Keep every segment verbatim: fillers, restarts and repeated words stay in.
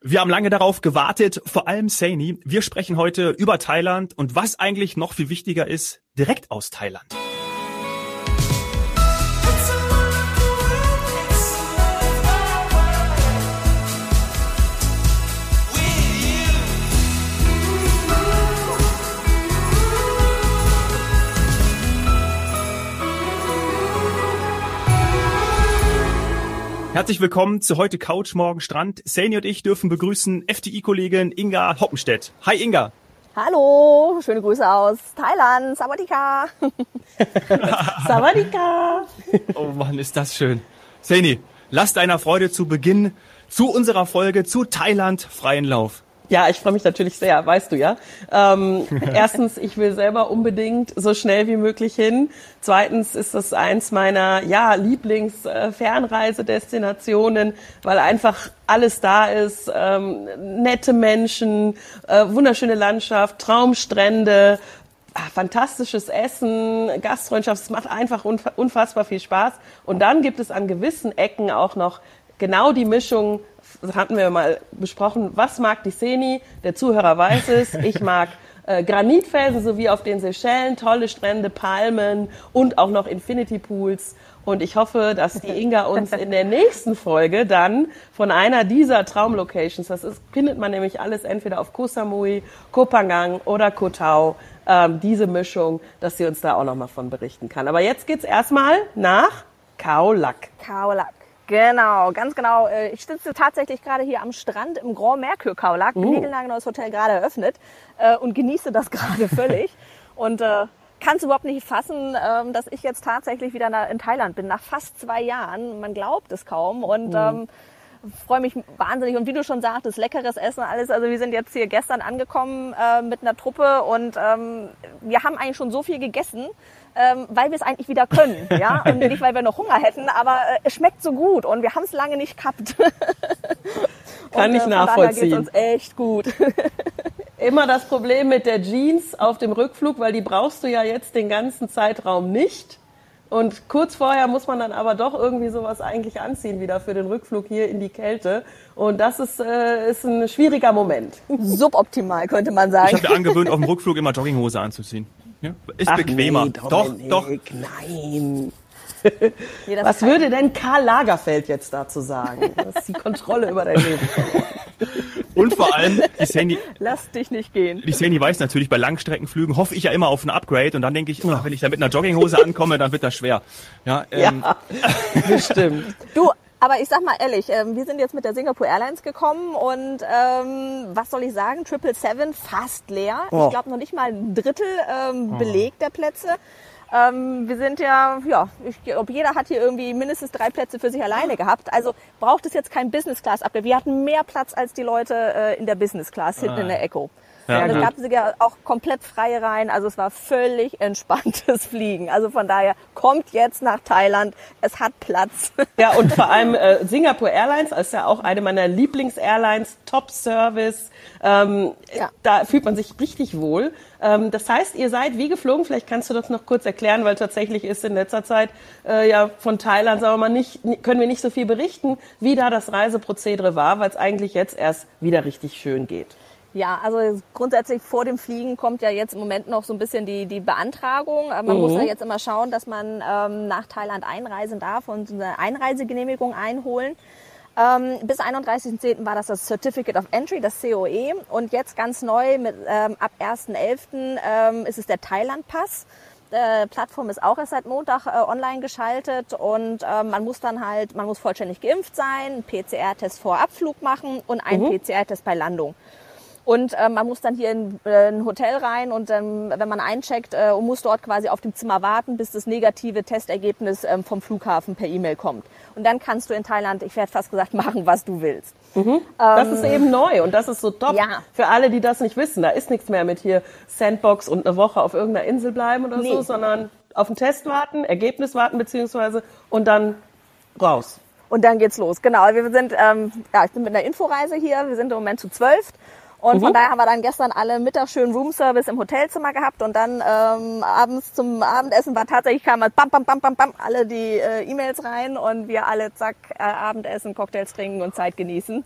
Wir haben lange darauf gewartet, vor allem Saini. Wir sprechen heute über Thailand und was eigentlich noch viel wichtiger ist, direkt aus Thailand. Herzlich willkommen zu heute Couch, morgen Strand. Saini und ich dürfen begrüßen F T I-Kollegin Inga Hoppenstedt. Hi Inga. Hallo, schöne Grüße aus Thailand. Sawadika. Sawadika. Oh Mann, ist das schön. Saini, lass deiner Freude zu Beginn zu unserer Folge zu Thailand freien Lauf. Ja, ich freue mich natürlich sehr, weißt du ja. Ähm, erstens, ich will selber unbedingt so schnell wie möglich hin. Zweitens ist das eins meiner ja, Lieblings-Fernreisedestinationen, weil einfach alles da ist. Ähm, nette Menschen, äh, wunderschöne Landschaft, Traumstrände, ah, fantastisches Essen, Gastfreundschaft. Es macht einfach unf- unfassbar viel Spaß. Und dann gibt es an gewissen Ecken auch noch genau die Mischung. Das hatten wir mal besprochen. Was mag die Saini? Der Zuhörer weiß es. Ich mag äh, Granitfelsen sowie auf den Seychellen, tolle Strände, Palmen und auch noch Infinity Pools. Und ich hoffe, dass die Inga uns in der nächsten Folge dann von einer dieser Traumlocations, das ist, findet man nämlich alles entweder auf Koh Samui, Koh Phangan oder Koh Tao, ähm, diese Mischung, dass sie uns da auch nochmal von berichten kann. Aber jetzt geht's erstmal nach Khao Lak. Khao Lak. Genau, ganz genau. Ich sitze tatsächlich gerade hier am Strand im Grand Mercure Khao Lak, uh. niegelnagelneues Hotel gerade eröffnet äh, und genieße das gerade völlig und äh, kann es überhaupt nicht fassen, äh, dass ich jetzt tatsächlich wieder in Thailand bin, nach fast zwei Jahren. Man glaubt es kaum und uh. ähm, freue mich wahnsinnig. Und wie du schon sagtest, leckeres Essen, alles. Also wir sind jetzt hier gestern angekommen äh, mit einer Truppe und ähm, wir haben eigentlich schon so viel gegessen, Ähm, weil wir es eigentlich wieder können, ja, und nicht, weil wir noch Hunger hätten, aber äh, es schmeckt so gut und wir haben es lange nicht gehabt. Kann ich äh, nachvollziehen. Geht uns echt gut. Immer das Problem mit der Jeans auf dem Rückflug, weil die brauchst du ja jetzt den ganzen Zeitraum nicht. Und kurz vorher muss man dann aber doch irgendwie sowas eigentlich anziehen wieder für den Rückflug hier in die Kälte. Und das ist, äh, ist ein schwieriger Moment. Suboptimal, könnte man sagen. Ich habe mir angewöhnt, auf dem Rückflug immer Jogginghose anzuziehen. Ja, ist Ach bequemer. Nee, doch, doch. Nein. Nee, Was würde denn Karl Lagerfeld jetzt dazu sagen? Das ist die Kontrolle über dein Leben verloren. Und vor allem, die Saini, lass dich nicht gehen. Die Saini weiß natürlich, bei Langstreckenflügen hoffe ich ja immer auf ein Upgrade und dann denke ich, oh, wenn ich da mit einer Jogginghose ankomme, dann wird das schwer. Ja, ähm. ja bestimmt. Du, aber ich sag mal ehrlich, ähm, wir sind jetzt mit der Singapore Airlines gekommen und ähm, was soll ich sagen, Triple Seven fast leer. Oh. Ich glaube noch nicht mal ein Drittel ähm, Beleg der Plätze. Ähm, wir sind ja, ja, ich glaube, jeder hat hier irgendwie mindestens drei Plätze für sich alleine gehabt. Also braucht es jetzt kein Business Class Upgrade. Wir hatten mehr Platz als die Leute äh, in der Business Class hinten ah. in der Echo. Ja, und es gab sogar auch komplett freie Reihen, also es war völlig entspanntes Fliegen. Also von daher, kommt jetzt nach Thailand, es hat Platz. Ja, und vor allem äh, Singapore Airlines ist ja auch eine meiner Lieblings-Airlines, Top-Service, ähm, ja. Da fühlt man sich richtig wohl. Ähm, das heißt, ihr seid wie geflogen, vielleicht kannst du das noch kurz erklären, weil tatsächlich ist in letzter Zeit äh, ja von Thailand, sagen wir mal, nicht, können wir nicht so viel berichten, wie da das Reiseprozedere war, weil es eigentlich jetzt erst wieder richtig schön geht. Ja, also grundsätzlich vor dem Fliegen kommt ja jetzt im Moment noch so ein bisschen die, die Beantragung. Man mhm. muss ja jetzt immer schauen, dass man ähm, nach Thailand einreisen darf und eine Einreisegenehmigung einholen. Ähm, bis einunddreißigsten zehnten war das das Certificate of Entry, das C O E. Und jetzt ganz neu, mit, ähm, ab ersten elften Ähm, ist es der Thailand-Pass. Die Plattform ist auch erst seit Montag äh, online geschaltet und äh, man muss dann halt, man muss vollständig geimpft sein, einen P C R-Test vor Abflug machen und einen mhm. P C R-Test bei Landung. Und äh, man muss dann hier in äh, ein Hotel rein und ähm, wenn man eincheckt, äh, und muss dort quasi auf dem Zimmer warten, bis das negative Testergebnis ähm, vom Flughafen per E-Mail kommt. Und dann kannst du in Thailand, ich hätte fast gesagt, machen, was du willst. Mhm. Das ähm, ist eben neu und das ist so top ja. für alle, die das nicht wissen. Da ist nichts mehr mit hier Sandbox und eine Woche auf irgendeiner Insel bleiben oder nee. so, sondern auf den Test warten, Ergebnis warten beziehungsweise und dann raus. Und dann geht's los. Genau, wir sind, ähm, ja, ich bin mit einer Inforeise hier, wir sind im Moment zu zwölf. Und mhm. von daher haben wir dann gestern alle Mittag schön Roomservice im Hotelzimmer gehabt und dann ähm, abends zum Abendessen war tatsächlich, kam halt bam, bam, bam, bam, bam, alle die äh, E-Mails rein und wir alle zack, äh, Abendessen, Cocktails trinken und Zeit genießen.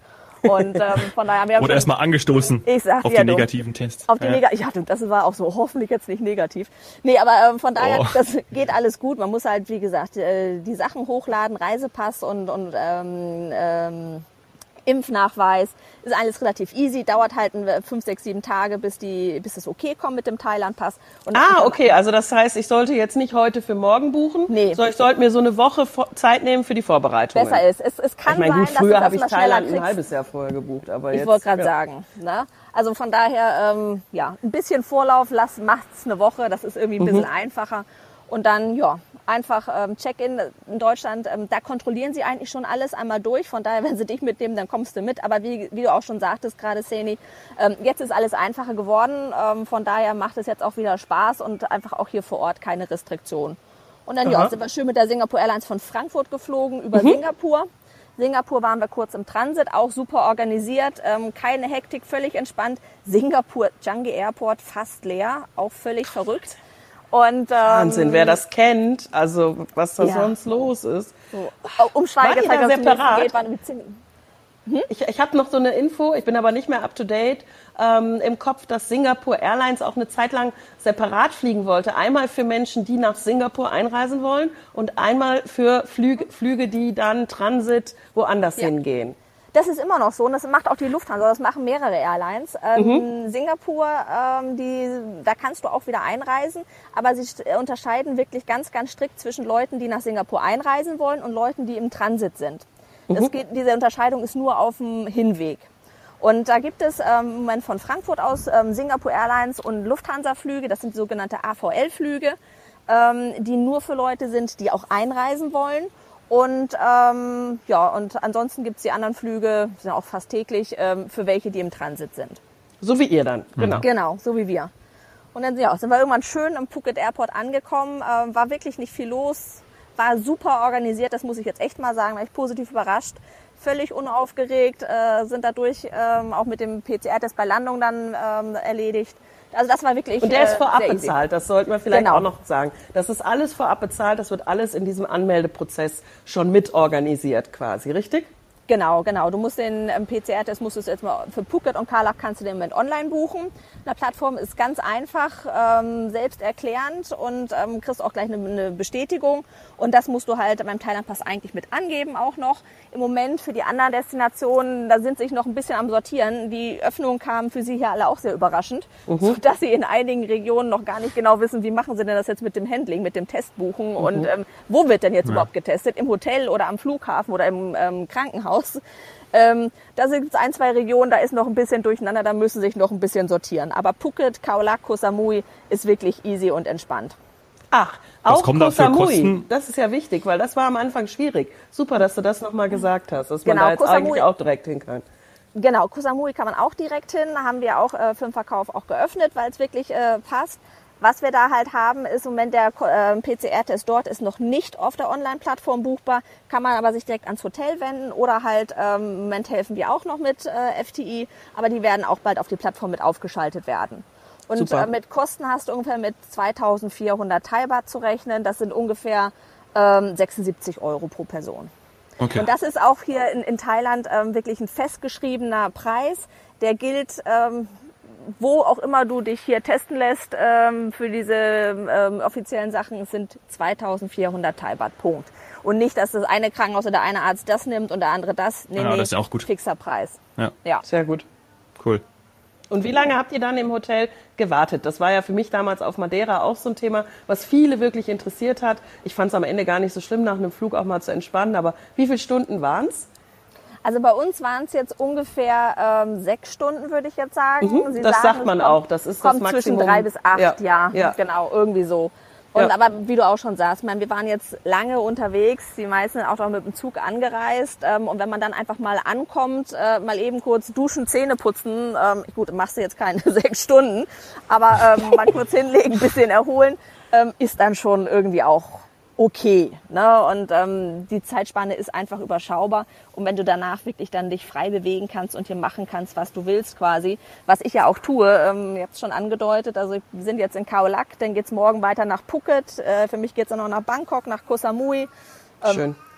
Und ähm, von daher haben wir Oder erstmal angestoßen ich sag auf ja, den du, negativen Test. Auf die ja. Neg ja, du, das war auch so, hoffentlich jetzt nicht negativ. Nee, aber ähm, von daher, Oh. das geht alles gut. Man muss halt, wie gesagt, äh, die Sachen hochladen, Reisepass und, und ähm, ähm, Impfnachweis, ist alles relativ easy, dauert halt fünf, sechs, sieben Tage, bis die, bis es okay kommt mit dem Thailand-Pass. Und Ah, okay, also das heißt, ich sollte jetzt nicht heute für morgen buchen, Nee. sondern ich sollte mir so eine Woche vor- Zeit nehmen für die Vorbereitung. besser ist. Es, es kann Ich meine, gut, sein, früher dass habe du ich das mal schneller Thailand ein kriegst. halbes Jahr vorher gebucht, aber Ich jetzt. wollte gerade ja. sagen. Ne? Also von daher, ähm, ja, ein bisschen Vorlauf, lass, macht's eine Woche, das ist irgendwie ein bisschen Mhm. einfacher. Und dann, ja, einfach ähm, Check-in in Deutschland, ähm, da kontrollieren sie eigentlich schon alles einmal durch. Von daher, wenn sie dich mitnehmen, dann kommst du mit. Aber wie, wie du auch schon sagtest gerade, Seni, ähm, jetzt ist alles einfacher geworden. Ähm, von daher macht es jetzt auch wieder Spaß und einfach auch hier vor Ort keine Restriktion. Und dann, ja, Aha. sind wir schön mit der Singapore Airlines von Frankfurt geflogen über Mhm. Singapur. Singapur waren wir kurz im Transit, auch super organisiert, ähm, keine Hektik, völlig entspannt. Singapur, Changi Airport fast leer, auch völlig verrückt. Und, ähm, Wahnsinn, wer das kennt, also was da Ja. sonst los ist. so, oh, Umsteige, Wart ihr da auf den nächsten separat? Gate, waren wir zehn- Ich, ich habe noch so eine Info, ich bin aber nicht mehr up to date, ähm, im Kopf, dass Singapore Airlines auch eine Zeit lang separat fliegen wollte. Einmal für Menschen, die nach Singapur einreisen wollen und einmal für Flüge, Flüge die dann Transit woanders Ja. hingehen. Das ist immer noch so und das macht auch die Lufthansa, das machen mehrere Airlines. Ähm, Singapur, ähm, die, da kannst du auch wieder einreisen, aber sie st- unterscheiden wirklich ganz, ganz strikt zwischen Leuten, die nach Singapur einreisen wollen und Leuten, die im Transit sind. Das geht, diese Unterscheidung ist nur auf dem Hinweg. Und da gibt es ähm, im Moment von Frankfurt aus ähm, Singapore Airlines und Lufthansa-Flüge, das sind sogenannte A V L-Flüge, ähm, die nur für Leute sind, die auch einreisen wollen. Und ähm, ja, und ansonsten gibt's die anderen Flüge, sind auch fast täglich, ähm, für welche, die im Transit sind. So wie ihr dann, genau. Genau, so wie wir. Und dann ja, sind wir irgendwann schön am Phuket Airport angekommen, äh, war wirklich nicht viel los, war super organisiert, das muss ich jetzt echt mal sagen, war ich positiv überrascht. Völlig unaufgeregt, äh, sind dadurch ähm, auch mit dem P C R-Test bei Landung dann ähm, erledigt. Also das war wirklich Und der ist äh, vorab sehr easy. bezahlt, das sollten wir vielleicht Genau. auch noch sagen. Das ist alles vorab bezahlt, das wird alles in diesem Anmeldeprozess schon mitorganisiert quasi, richtig? Genau, genau. Du musst den ähm, P C R-Test musst du jetzt mal für Phuket und Khalak kannst du den Moment online buchen. Eine Plattform ist ganz einfach, ähm, selbsterklärend und ähm, kriegst auch gleich eine, eine Bestätigung. Und das musst du halt beim Thailand-Pass eigentlich mit angeben auch noch. Im Moment für die anderen Destinationen, da sind sich noch ein bisschen am Sortieren. Die Öffnungen kamen für sie hier alle auch sehr überraschend, Mhm. sodass sie in einigen Regionen noch gar nicht genau wissen, wie machen sie denn das jetzt mit dem Handling, mit dem Testbuchen Mhm. und ähm, wo wird denn jetzt überhaupt getestet? Im Hotel oder am Flughafen oder im ähm, Krankenhaus? Ähm, da gibt es ein, zwei Regionen, da ist noch ein bisschen durcheinander, da müssen sich noch ein bisschen sortieren. Aber Phuket, Khao Lak, Koh Samui ist wirklich easy und entspannt. Ach, Was auch kommen Koh da für Samui. Kosten? Das ist ja wichtig, weil das war am Anfang schwierig. Super, dass du das nochmal gesagt hast, dass man Genau, da jetzt Koh Samui- eigentlich auch direkt hin kann. Genau, Koh Samui kann man auch direkt hin, haben wir auch äh, für den Verkauf auch geöffnet, weil es wirklich äh, passt. Was wir da halt haben, ist im Moment der äh, P C R-Test dort ist noch nicht auf der Online-Plattform buchbar, kann man aber sich direkt ans Hotel wenden oder halt ähm, im Moment helfen wir auch noch mit äh, F T I, aber die werden auch bald auf die Plattform mit aufgeschaltet werden. Und Super. äh, mit Kosten hast du ungefähr mit zweitausendvierhundert Thai Baht zu rechnen, das sind ungefähr ähm, sechsundsiebzig Euro pro Person. Okay. Und das ist auch hier in, in Thailand ähm, wirklich ein festgeschriebener Preis, der gilt, ähm, wo auch immer du dich hier testen lässt, ähm, für diese ähm, offiziellen Sachen, es sind zweitausendvierhundert Thai Baht, Punkt. Und nicht, dass das eine Krankenhaus oder eine Arzt das nimmt und der andere das. Nee, Ja, nee, das ist ja auch gut. fixer Preis. Ja, Ja. Sehr gut. cool. Und wie lange habt ihr dann im Hotel gewartet? Das war ja für mich damals auf Madeira auch so ein Thema, was viele wirklich interessiert hat. Ich fand es am Ende gar nicht so schlimm, nach einem Flug auch mal zu entspannen. Aber wie viele Stunden waren es? Also bei uns waren es jetzt ungefähr ähm, sechs Stunden, würde ich jetzt sagen. Mhm, Sie das sagen, sagt es man kommt, auch, das ist das kommt Maximum. zwischen drei bis acht, Ja, ja, ja. genau, irgendwie so. Und Ja. aber wie du auch schon sagst, ich meine, wir waren jetzt lange unterwegs, die meisten sind auch noch mit dem Zug angereist. Ähm, und wenn man dann einfach mal ankommt, äh, mal eben kurz duschen, Zähne putzen, ähm, gut, machst du jetzt keine sechs Stunden, aber ähm, mal kurz hinlegen, bisschen erholen, ähm, ist dann schon irgendwie auch okay. Ne? Und ähm, die Zeitspanne ist einfach überschaubar. Und wenn du danach wirklich dann dich frei bewegen kannst und hier machen kannst, was du willst quasi, was ich ja auch tue, ähm, ihr habt es schon angedeutet, also wir sind jetzt in Khao Lak, dann geht's morgen weiter nach Phuket, äh, für mich geht's dann noch nach Bangkok, nach Koh Samui. Ähm, Schön.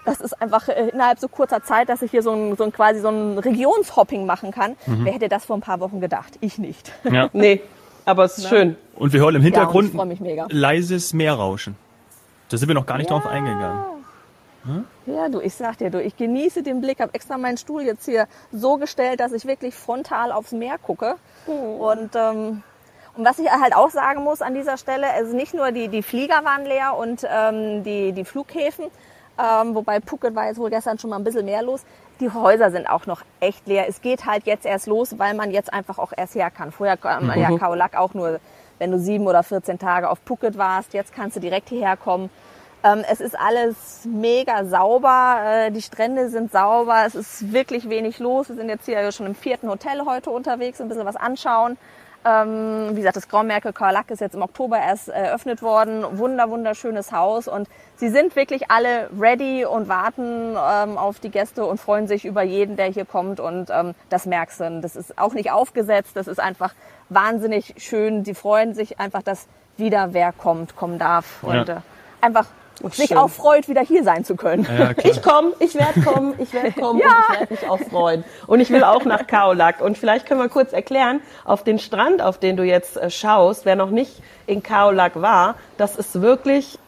das ist einfach äh, innerhalb so kurzer Zeit, dass ich hier so ein, so ein quasi so ein Regionshopping machen kann. Mhm. Wer hätte das vor ein paar Wochen gedacht? Ich nicht. Ja. Nee, aber es ist ja. schön. Und wir hören im Hintergrund ja, mich mega. leises Meerrauschen. Da sind wir noch gar nicht ja. drauf eingegangen. Hm? Ja, du, ich sag dir, du, ich genieße den Blick, habe extra meinen Stuhl jetzt hier so gestellt, dass ich wirklich frontal aufs Meer gucke. Mhm. Und, ähm, und was ich halt auch sagen muss an dieser Stelle, also nicht nur die, die Flieger waren leer und ähm, die, die Flughäfen, ähm, wobei Phuket war jetzt wohl gestern schon mal ein bisschen mehr los. Die Häuser sind auch noch echt leer. Es geht halt jetzt erst los, weil man jetzt einfach auch erst her kann. Vorher kam man mhm. ja Khao Lak auch nur, wenn du sieben oder vierzehn Tage auf Phuket warst. Jetzt kannst du direkt hierher kommen. Ähm, es ist alles mega sauber. Äh, die Strände sind sauber. Es ist wirklich wenig los. Wir sind jetzt hier schon im vierten Hotel heute unterwegs, ein bisschen was anschauen. Ähm, wie gesagt, das Grand Mercure Khao Lak ist jetzt im Oktober erst eröffnet worden. Wunder, wunderschönes Haus. Und sie sind wirklich alle ready und warten ähm, auf die Gäste und freuen sich über jeden, der hier kommt. Und ähm, das merkst du. Das ist auch nicht aufgesetzt. Das ist einfach wahnsinnig schön. Sie freuen sich einfach, dass wieder wer kommt, kommen darf. Und ja. äh, einfach oh, sich schön. auch freut, wieder hier sein zu können. Ja, ich komme, ich werde kommen, ich werde kommen ja. und ich werde mich auch freuen. Und ich will auch nach Khao Lak. Und vielleicht können wir kurz erklären, auf den Strand, auf den du jetzt äh, schaust, wer noch nicht in Khao Lak war, das ist wirklich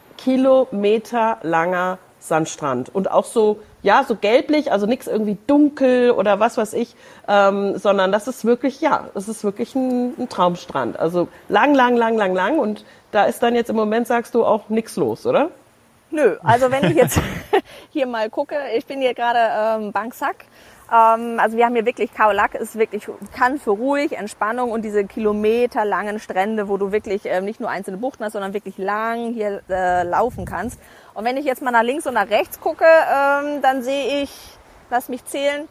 kilometerlanger Sandstrand. Und auch so, ja, so gelblich, also nichts irgendwie dunkel oder was weiß ich, ähm, sondern das ist wirklich, ja, es ist wirklich ein, ein Traumstrand. Also lang, lang, lang, lang, lang. Und da ist dann jetzt im Moment, sagst du, auch nichts los, oder? Nö, also wenn ich jetzt hier mal gucke, ich bin hier gerade ähm, Bang Sak. Ähm, also wir haben hier wirklich, Khao Lak ist wirklich bekannt für ruhig, Entspannung und diese kilometerlangen Strände, wo du wirklich ähm, nicht nur einzelne Buchten hast, sondern wirklich lang hier äh, laufen kannst. Und wenn ich jetzt mal nach links und nach rechts gucke, ähm, dann sehe ich, lass mich zählen,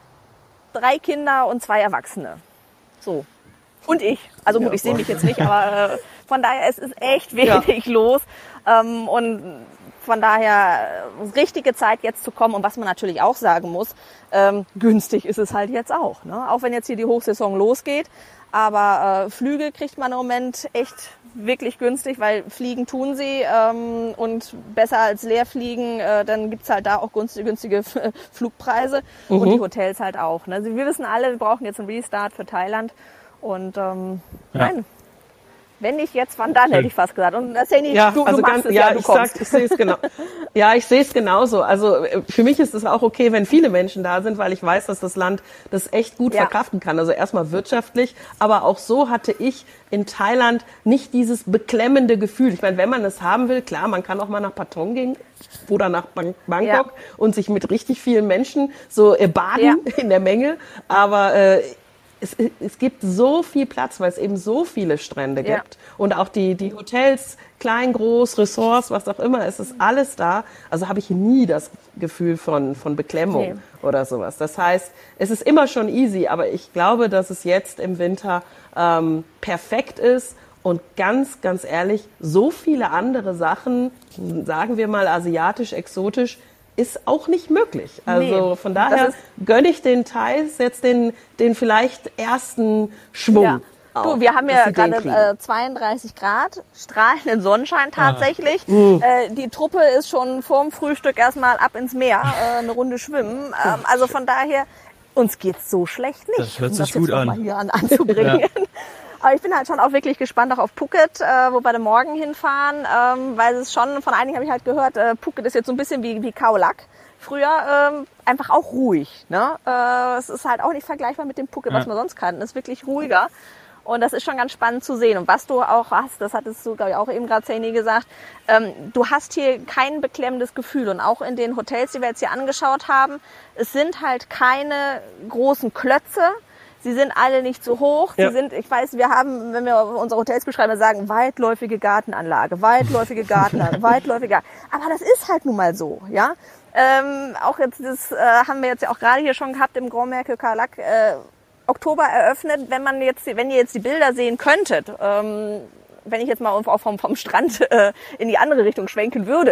drei Kinder und zwei Erwachsene. So. Und ich. Also gut, ja, ich sehe mich jetzt nicht, aber äh, von daher, es ist echt wenig ja. los. Ähm, und von daher richtige Zeit jetzt zu kommen. Und was man natürlich auch sagen muss, ähm, günstig ist es halt jetzt auch. Ne? Auch wenn jetzt hier die Hochsaison losgeht. Aber äh, Flüge kriegt man im Moment echt wirklich günstig, weil fliegen tun sie. Ähm, und besser als leer fliegen, äh, dann gibt's halt da auch günstige, günstige Flugpreise. Mhm. Und die Hotels halt auch. Ne? Also wir wissen alle, wir brauchen jetzt einen Restart für Thailand. Und ähm, ja. nein. Wenn nicht jetzt, wann dann, hätte ich fast gesagt. Und das ja nicht, ja, du, also du machst ganz, es ja, ja, du ich kommst. Sag, ich sehe es genau. Ja, ich sehe es genauso. Also für mich ist es auch okay, wenn viele Menschen da sind, weil ich weiß, dass das Land das echt gut ja. verkraften kann. Also erstmal wirtschaftlich, aber auch so hatte ich in Thailand nicht dieses beklemmende Gefühl. Ich meine, wenn man es haben will, klar, man kann auch mal nach Patong gehen oder nach Bangkok ja. und sich mit richtig vielen Menschen so äh, baden ja. in der Menge. Aber äh, Es, es gibt so viel Platz, weil es eben so viele Strände gibt. Ja. Und auch die, die Hotels, klein, groß, Ressorts, was auch immer, es ist alles da. Also habe ich nie das Gefühl von, von Beklemmung nee. oder sowas. Das heißt, es ist immer schon easy, aber ich glaube, dass es jetzt im Winter ähm, perfekt ist. Und ganz, ganz ehrlich, so viele andere Sachen, sagen wir mal asiatisch, exotisch, ist auch nicht möglich. Also nee, von daher gönne ich den Thais jetzt den, den vielleicht ersten Schwung. Ja. Auch, du, wir haben ja gerade äh, zweiunddreißig Grad, strahlenden Sonnenschein tatsächlich. Ah. Mm. Äh, die Truppe ist schon vorm Frühstück erstmal ab ins Meer, äh, eine Runde schwimmen. Ähm, also von daher, uns geht's so schlecht nicht. Das hört sich um das gut jetzt an. Mal hier an anzubringen. Ja. Aber ich bin halt schon auch wirklich gespannt auch auf Phuket, äh, wo wir dann morgen hinfahren, ähm, weil es schon, von einigen habe ich halt gehört, äh, Phuket ist jetzt so ein bisschen wie, wie Khao Lak. Früher ähm, einfach auch ruhig. Ne? Äh, es ist halt auch nicht vergleichbar mit dem Phuket, ja. was man sonst kannten. Es ist wirklich ruhiger. Und das ist schon ganz spannend zu sehen. Und was du auch hast, das hattest du, glaube ich, auch eben gerade Saini gesagt, ähm, du hast hier kein beklemmendes Gefühl. Und auch in den Hotels, die wir jetzt hier angeschaut haben, es sind halt keine großen Klötze. Sie sind alle nicht so hoch. Ja. Sie sind, ich weiß, wir haben, wenn wir unsere Hotels beschreiben, wir sagen weitläufige Gartenanlage, weitläufige Gartenanlage, weitläufige Garten. Aber das ist halt nun mal so, ja. Ähm, auch jetzt, das äh, haben wir jetzt ja auch gerade hier schon gehabt im Grand Mercure Khao Lak, äh, Oktober eröffnet. Wenn man jetzt, wenn ihr jetzt die Bilder sehen könntet, ähm, wenn ich jetzt mal auch vom, vom Strand äh, in die andere Richtung schwenken würde,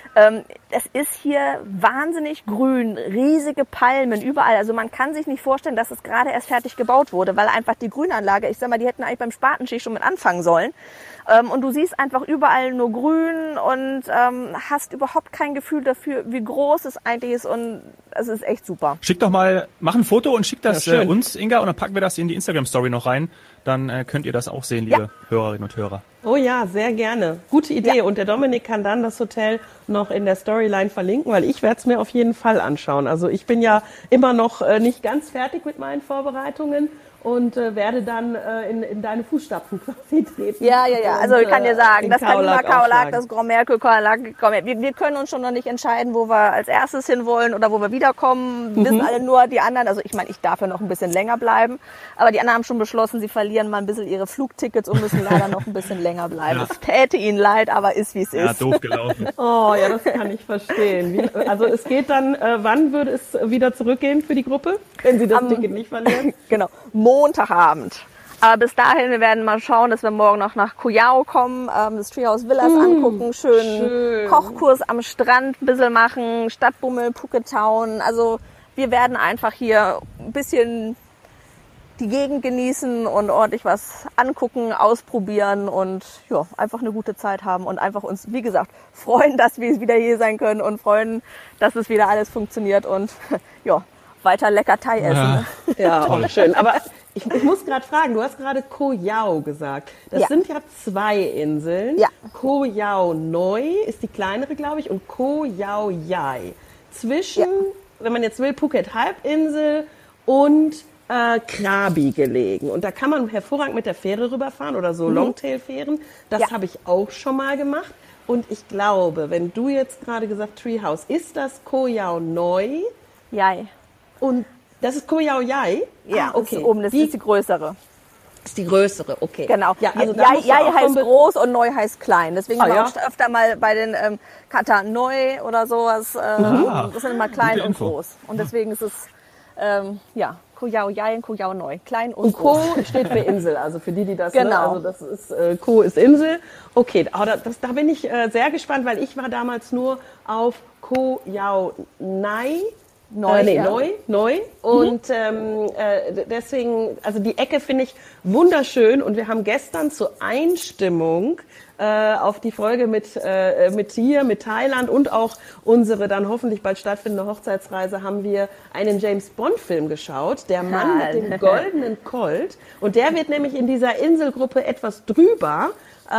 Ähm, es ist hier wahnsinnig grün, riesige Palmen überall. Also man kann sich nicht vorstellen, dass es gerade erst fertig gebaut wurde, weil einfach die Grünanlage, ich sag mal, die hätten eigentlich beim Spatenstich schon mit anfangen sollen. Ähm, und du siehst einfach überall nur grün und ähm, hast überhaupt kein Gefühl dafür, wie groß es eigentlich ist, und es ist echt super. Schick doch mal, mach ein Foto und schick das Ja, äh, uns, Inga, und dann packen wir das in die Instagram-Story noch rein. Dann äh, könnt ihr das auch sehen, liebe Ja. Hörerinnen und Hörer. Oh ja, sehr gerne. Gute Idee. Ja. Und der Dominik kann dann das Hotel noch in der Storyline verlinken, weil ich werde es mir auf jeden Fall anschauen. Also ich bin ja immer noch äh, nicht ganz fertig mit meinen Vorbereitungen und äh, werde dann äh, in, in deine Fußstapfen quasi treten. Ja, ja, ja. Also und, ich kann dir äh, sagen, den das Kalima Kaolack Kaolack, aufschlagen. das Grand Mercure Kaolack, wir, wir können uns schon noch nicht entscheiden, wo wir als erstes hinwollen oder wo wir wiederkommen. Wir wissen alle nur, die anderen, also ich meine, ich darf ja noch ein bisschen länger bleiben, aber die anderen haben schon beschlossen, sie verlieren mal ein bisschen ihre Flugtickets und müssen leider noch ein bisschen länger bleiben. Ja. Es täte ihnen leid, aber ist wie es Ja, ist. doof gelaufen. Oh ja, das kann ich verstehen. Wie, also es geht dann, äh, wann würde es wieder zurückgehen für die Gruppe, wenn Sie das Am- Ticket nicht verlieren? Genau, Montagabend. Aber bis dahin, wir werden mal schauen, dass wir morgen noch nach Cuyao kommen, ähm, das Treehouse Villas angucken, schön, schön. Kochkurs am Strand ein bisschen machen, Stadtbummel, Phuket Town. Also wir werden einfach hier ein bisschen die Gegend genießen und ordentlich was angucken, ausprobieren und ja, einfach eine gute Zeit haben und einfach uns, wie gesagt, freuen, dass wir wieder hier sein können und freuen, dass es wieder alles funktioniert und ja, weiter lecker Thai essen. Ja. Ja, auch schön. Aber ich, ich muss gerade fragen, du hast gerade Koh Yao gesagt. Das Ja. sind ja zwei Inseln. Ja. Koh Yao Noi ist die kleinere, glaube ich, und Koh Yao Yai. Zwischen, Ja. wenn man jetzt will, Phuket Halbinsel und äh, Krabi gelegen. Und da kann man hervorragend mit der Fähre rüberfahren oder so Longtail-Fähren. Das Ja. habe ich auch schon mal gemacht. Und ich glaube, wenn du jetzt gerade gesagt Treehouse, ist das Koh Yao Noi Ja, und das ist Koh Yao Yai? ja, Ah, okay. ist oben, das die ist die größere. ist die größere, okay. Genau. Ja, also da Jai, musst du Jai auch heißt vom Be- groß und Neu heißt klein. Deswegen Ah, haben wir ja. auch öfter mal bei den ähm, Kata Neu oder sowas, äh, Ah, das sind immer klein gute und Info. groß. Und deswegen ist es, ähm, ja, Kuyao Jai und Kuyao Neu. Klein und, Und groß. Koh steht für Insel, also für die, die das, Genau. ne, also das ist, äh, Koh ist Insel. Okay, aber da, das, da bin ich äh, sehr gespannt, weil ich war damals nur auf Koh Yao Nai. Neu, äh, nee, ja. neu, neu. Und ähm, äh, d- deswegen, also die Ecke finde ich wunderschön. Und wir haben gestern zur Einstimmung äh, auf die Folge mit äh, mit hier, mit Thailand und auch unsere dann hoffentlich bald stattfindende Hochzeitsreise haben wir einen James Bond Film geschaut, Der Mann mit dem goldenen Colt. Und der wird nämlich in dieser Inselgruppe etwas drüber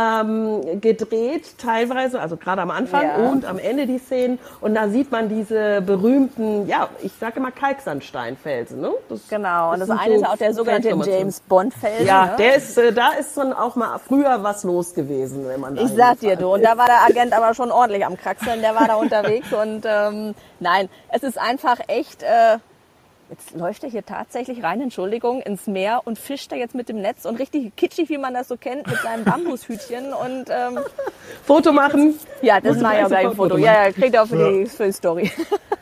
ähm, gedreht, teilweise, also gerade am Anfang Ja. und am Ende die Szenen. Und da sieht man diese berühmten, ja, ich sage immer Kalksandsteinfelsen. Ne? Das, Genau. Und das, sind eine so ist auch der sogenannte Felsformationen. James Bond Felsen. Ja, ne? der ist, äh, da ist dann auch mal früher was los gewesen, wenn man da Ich sag dir, hingefahren du, und da war der Agent aber schon ordentlich am Kraxeln, der war da unterwegs und ähm, nein, es ist einfach echt, äh, jetzt läuft er hier tatsächlich rein, Entschuldigung, ins Meer und fischt da jetzt mit dem Netz und richtig kitschig, wie man das so kennt, mit seinem Bambushütchen und ähm, Foto machen. ja, das Musst du mache ich gleich auch gleich ein sofort Foto. Foto Ja, ja, kriegt ihr auch für die, für die Story.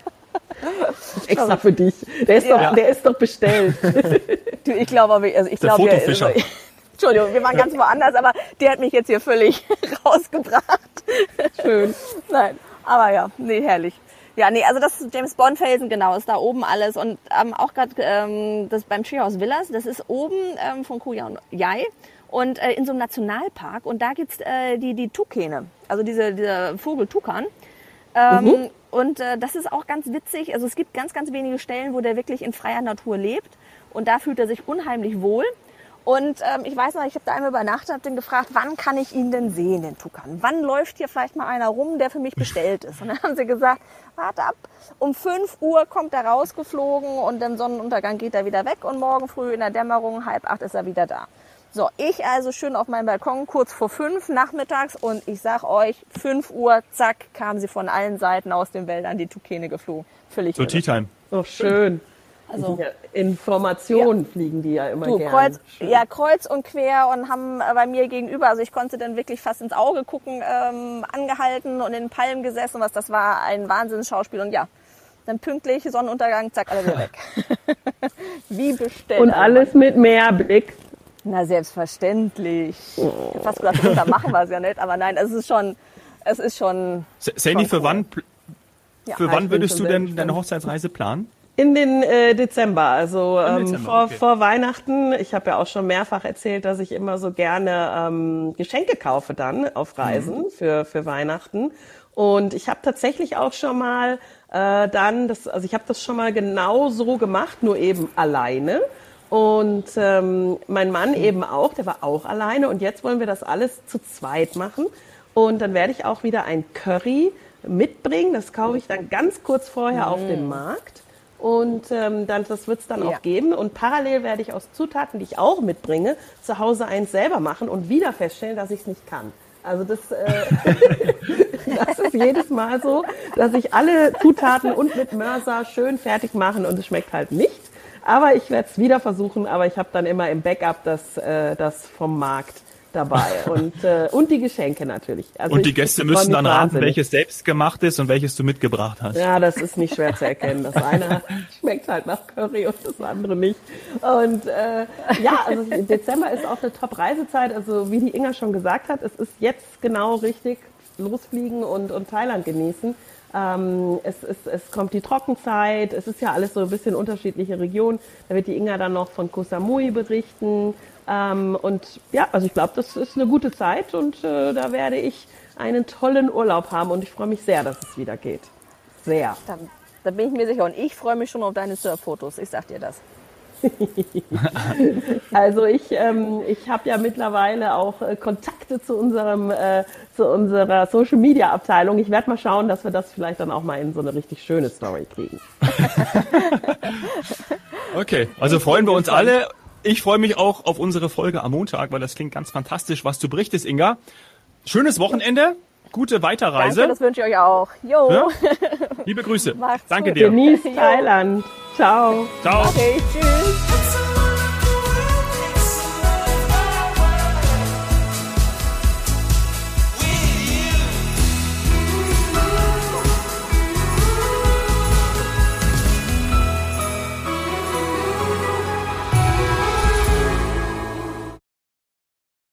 Extra für dich. Der ist, doch, Ja. der ist doch bestellt. Du, ich glaube, aber, also ich Der glaube, Fotofischer. Entschuldigung, wir waren ganz woanders, aber der hat mich jetzt hier völlig rausgebracht. Schön. Nein, aber ja, nee, herrlich. Ja, nee, also das ist James Bond Felsen, genau, ist da oben alles. Und ähm, auch gerade ähm, das beim Treehouse Villas, das ist oben ähm, von Koh Yao Yai und äh, in so einem Nationalpark. Und da gibt's äh, die, die Tukane, also diese, dieser Vogel Tukan. Ähm, Mhm. Und äh, das ist auch ganz witzig. Also es gibt ganz, ganz wenige Stellen, wo der wirklich in freier Natur lebt. Und da fühlt er sich unheimlich wohl. Und ähm, ich weiß noch, ich habe da einmal übernachtet, habe den gefragt, wann kann ich ihn denn sehen, den Tukan? Wann läuft hier vielleicht mal einer rum, der für mich bestellt ist? Und dann haben sie gesagt, warte ab, um fünf Uhr kommt er rausgeflogen und im Sonnenuntergang geht er wieder weg und morgen früh in der Dämmerung, halb acht ist er wieder da. So, ich also schön auf meinem Balkon, kurz vor fünf nachmittags und ich sag euch, fünf Uhr, zack, kamen sie von allen Seiten aus den Wäldern, die Tukane geflogen. Völlig So irre. Tea Time. Oh, schön. Also, Ja, Informationen fliegen die ja immer Du, gerne. kreuz, Schön. ja, kreuz und quer und haben äh, bei mir gegenüber, also ich konnte dann wirklich fast ins Auge gucken, ähm, angehalten und in den Palmen gesessen, was das war, ein Wahnsinnsschauspiel und ja, dann pünktlich, Sonnenuntergang, zack, alle wieder weg. Wie bestellt. Und alles mit Meerblick. Na, selbstverständlich. Ich hab fast gedacht, da machen wir es ja nicht, aber nein, es ist schon, es ist schon. Saini, für cool. wann, Ja. für Ah, wann ich bin würdest schon du sehr denn gespannt. deine Hochzeitsreise planen? In den äh, Dezember, also ähm, Dezember, vor, okay. vor Weihnachten. Ich habe ja auch schon mehrfach erzählt, dass ich immer so gerne ähm, Geschenke kaufe dann auf Reisen Mhm. für für Weihnachten. Und ich habe tatsächlich auch schon mal äh, dann, das, also ich habe das schon mal genau so gemacht, nur eben alleine. Und ähm, mein Mann eben auch, der war auch alleine. Und jetzt wollen wir das alles zu zweit machen. Und dann werde ich auch wieder ein Curry mitbringen. Das kaufe ich dann ganz kurz vorher auf dem Markt. Und ähm, dann, das wird es dann Ja. auch geben. Und parallel werde ich aus Zutaten, die ich auch mitbringe, zu Hause eins selber machen und wieder feststellen, dass ich es nicht kann. Also das, äh, das ist jedes Mal so, dass ich alle Zutaten und mit Mörser schön fertig machen und es schmeckt halt nicht. Aber ich werde es wieder versuchen, aber ich habe dann immer im Backup das, äh, das vom Markt dabei und, äh, und die Geschenke natürlich. Also Und die ich- Gäste ich freu müssen mich dann raten, wahnsinnig. welches selbst gemacht ist und welches du mitgebracht hast. Ja, das ist nicht schwer zu erkennen. Das eine schmeckt halt nach Curry und das andere nicht. Und äh, ja, also Dezember ist auch eine Top-Reisezeit. Also wie die Inga schon gesagt hat, es ist jetzt genau richtig losfliegen und, und Thailand genießen. Ähm, es, es, es kommt die Trockenzeit. Es ist ja alles so ein bisschen unterschiedliche Regionen. Da wird die Inga dann noch von Koh Samui berichten. Ähm, und ja, also ich glaube, das ist eine gute Zeit und äh, da werde ich einen tollen Urlaub haben und ich freue mich sehr, dass es wieder geht. Sehr. Da, da bin ich mir sicher. Und ich freue mich schon auf deine Surffotos. Ich sag dir das. Also ich, ähm, ich habe ja mittlerweile auch äh, Kontakte zu unserem, äh, zu unserer Social Media Abteilung. Ich werde mal schauen, dass wir das vielleicht dann auch mal in so eine richtig schöne Story kriegen. Okay, also freuen wir uns alle. Ich freue mich auch auf unsere Folge am Montag, weil das klingt ganz fantastisch, was du berichtest, Inga. Schönes Wochenende, gute Weiterreise. Danke, das wünsche ich euch auch. Jo. Ja? Liebe Grüße. Macht's Danke gut. dir. Genießt Jo. Thailand. Ciao. Ciao. Okay, tschüss.